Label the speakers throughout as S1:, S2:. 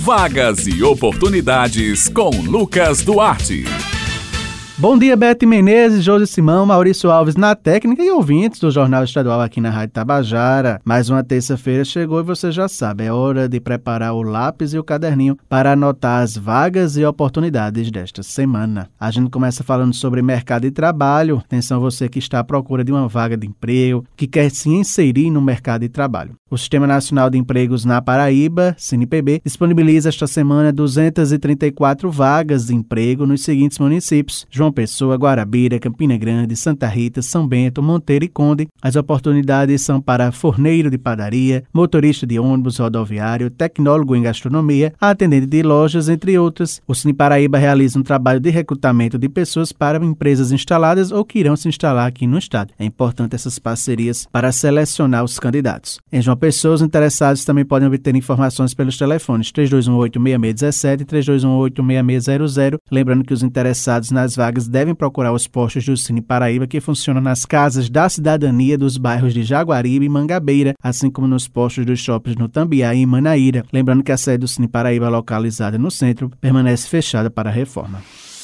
S1: Vagas e oportunidades com Lucas Duarte.
S2: Bom dia, Bete Menezes, Josi Simão, Maurício Alves na técnica e ouvintes do Jornal Estadual aqui na Rádio Tabajara. Mais uma terça-feira chegou e você já sabe, é hora de preparar o lápis e o caderninho para anotar as vagas e oportunidades desta semana. A gente começa falando sobre mercado de trabalho. Atenção você que está à procura de uma vaga de emprego, que quer se inserir no mercado de trabalho. O Sistema Nacional de Empregos na Paraíba, SINPB, disponibiliza esta semana 234 vagas de emprego nos seguintes municípios: João Pessoa, Guarabira, Campina Grande, Santa Rita, São Bento, Monteiro e Conde. As oportunidades são para forneiro de padaria, motorista de ônibus rodoviário, tecnólogo em gastronomia, atendente de lojas, entre outras. O Cine Paraíba realiza um trabalho de recrutamento de pessoas para empresas instaladas ou que irão se instalar aqui no estado. É importante essas parcerias para selecionar os candidatos. Em João Pessoa, os interessados também podem obter informações pelos telefones 3218-6617 e 3218-6600. Lembrando que os interessados nas vagas devem procurar os postos do Cine Paraíba, que funcionam nas casas da cidadania dos bairros de Jaguaribe e Mangabeira, assim como nos postos dos shoppings no Tambiá e em Manaíra. Lembrando que a sede do Cine Paraíba, localizada no centro, permanece fechada para a reforma.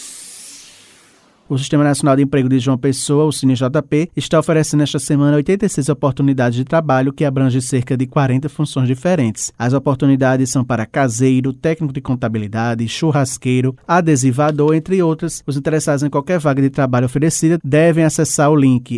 S2: O Sistema Nacional de Emprego de João Pessoa, o SINJP, está oferecendo esta semana 86 oportunidades de trabalho que abrangem cerca de 40 funções diferentes. As oportunidades são para caseiro, técnico de contabilidade, churrasqueiro, adesivador, entre outras. Os interessados em qualquer vaga de trabalho oferecida devem acessar o link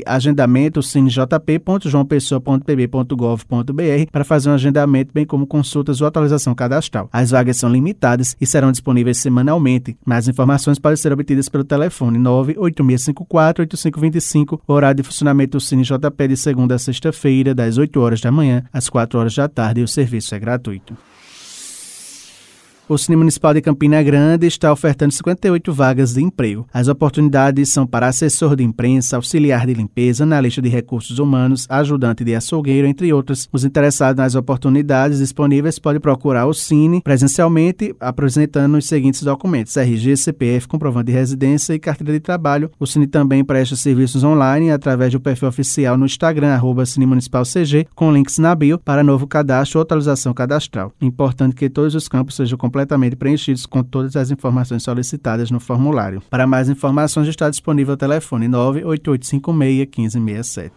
S2: agendamento.sinjp.joaopessoa.pb.gov.br para fazer um agendamento, bem como consultas ou atualização cadastral. As vagas são limitadas e serão disponíveis semanalmente. Mais informações podem ser obtidas pelo telefone 98654-8525, horário de funcionamento do SINJP de segunda a sexta-feira, das 8 horas da manhã às 4 horas da tarde, e o serviço é gratuito. O Cine Municipal de Campina Grande está ofertando 58 vagas de emprego. As oportunidades são para assessor de imprensa, auxiliar de limpeza, analista de recursos humanos, ajudante de açougueiro, entre outras. Os interessados nas oportunidades disponíveis podem procurar o Cine presencialmente, apresentando os seguintes documentos: RG, CPF, comprovante de residência e carteira de trabalho. O Cine também presta serviços online através do perfil oficial no Instagram, @CineMunicipalCG, com links na bio para novo cadastro ou atualização cadastral. Importante que todos os campos sejam completamente preenchidos com todas as informações solicitadas no formulário. Para mais informações está disponível o telefone 98856-1567.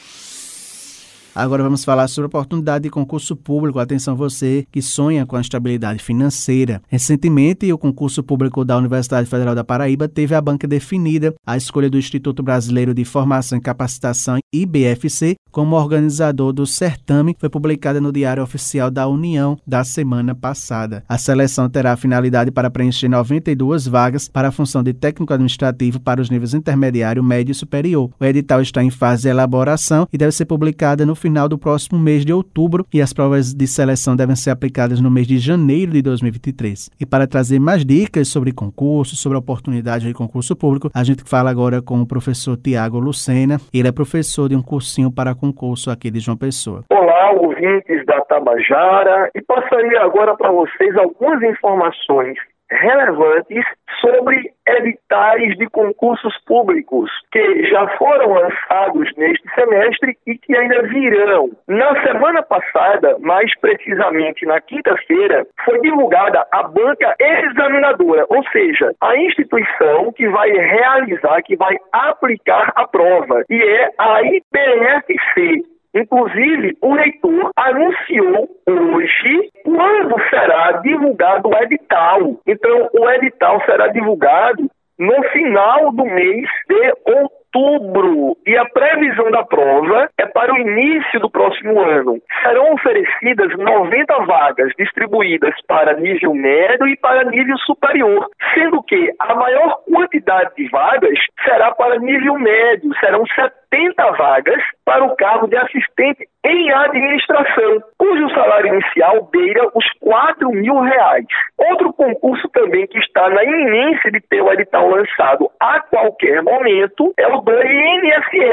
S2: Agora vamos falar sobre a oportunidade de concurso público. Atenção você que sonha com a estabilidade financeira. Recentemente, o concurso público da Universidade Federal da Paraíba teve a banca definida. A escolha do Instituto Brasileiro de Formação e Capacitação, IBFC, como organizador do certame foi publicada no Diário Oficial da União da semana passada. A seleção terá a finalidade para preencher 92 vagas para a função de técnico administrativo para os níveis intermediário, médio e superior. O edital está em fase de elaboração e deve ser publicada no final do próximo mês de outubro, e as provas de seleção devem ser aplicadas no mês de janeiro de 2023. E para trazer mais dicas sobre concurso, sobre oportunidades de concurso público, a gente fala agora com o professor Tiago Lucena. Ele é professor de um cursinho para concurso aqui de João Pessoa.
S3: Olá, ouvintes da Tabajara, e passaria agora para vocês algumas informações relevantes sobre editais de concursos públicos que já foram lançados neste semestre e que ainda virão. Na semana passada, mais precisamente na quinta-feira, foi divulgada a banca examinadora, ou seja, a instituição que vai realizar, que vai aplicar a prova, e é a IBFC. Inclusive, o reitor anunciou hoje quando será divulgado o edital. Então, o edital será divulgado no final do mês de outubro. E a previsão da prova é para o início do próximo ano. Serão oferecidas 90 vagas distribuídas para nível médio e para nível superior, sendo que a maior quantidade de vagas será para nível médio. Serão 70 vagas para o cargo de assistente em administração, cujo salário inicial beira os R$4.000. Outro concurso também que está na iminência de ter o edital lançado a qualquer momento é o do INSS.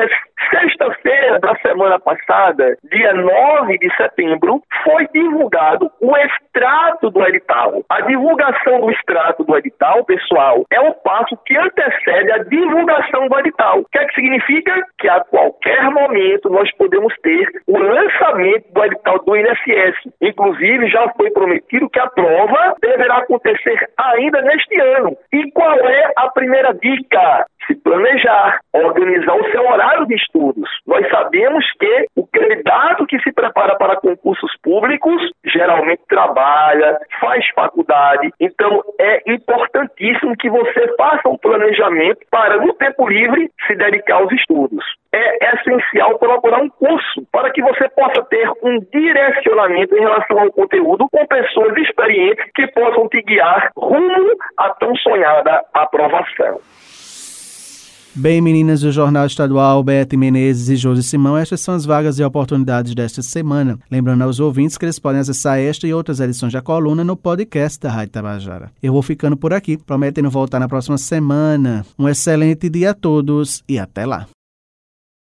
S3: Sexta-feira da semana passada, dia 9 de setembro, foi divulgado o extrato do edital. A divulgação do extrato do edital, pessoal, é o passo que antecede a divulgação do edital. O que é que significa? Que a qualquer momento nós podemos ter o lançamento do edital do INSS. Inclusive, já foi prometido que a prova deverá acontecer ainda neste ano. E qual é a primeira dica? Se planejar, organizar o seu horário de estudos. Nós sabemos que o candidato que se prepara para concursos públicos geralmente trabalha, faz faculdade, então é importantíssimo que você faça um planejamento para, no tempo livre, se dedicar aos estudos. É essencial procurar um curso para que você possa ter um direcionamento em relação ao conteúdo com pessoas experientes que possam te guiar rumo à tão sonhada aprovação.
S2: Bem, meninas do Jornal Estadual, Beth Menezes e Josi Simão, estas são as vagas e oportunidades desta semana. Lembrando aos ouvintes que eles podem acessar esta e outras edições da coluna no podcast da Rádio Tabajara. Eu vou ficando por aqui, prometendo voltar na próxima semana. Um excelente dia a todos e até lá.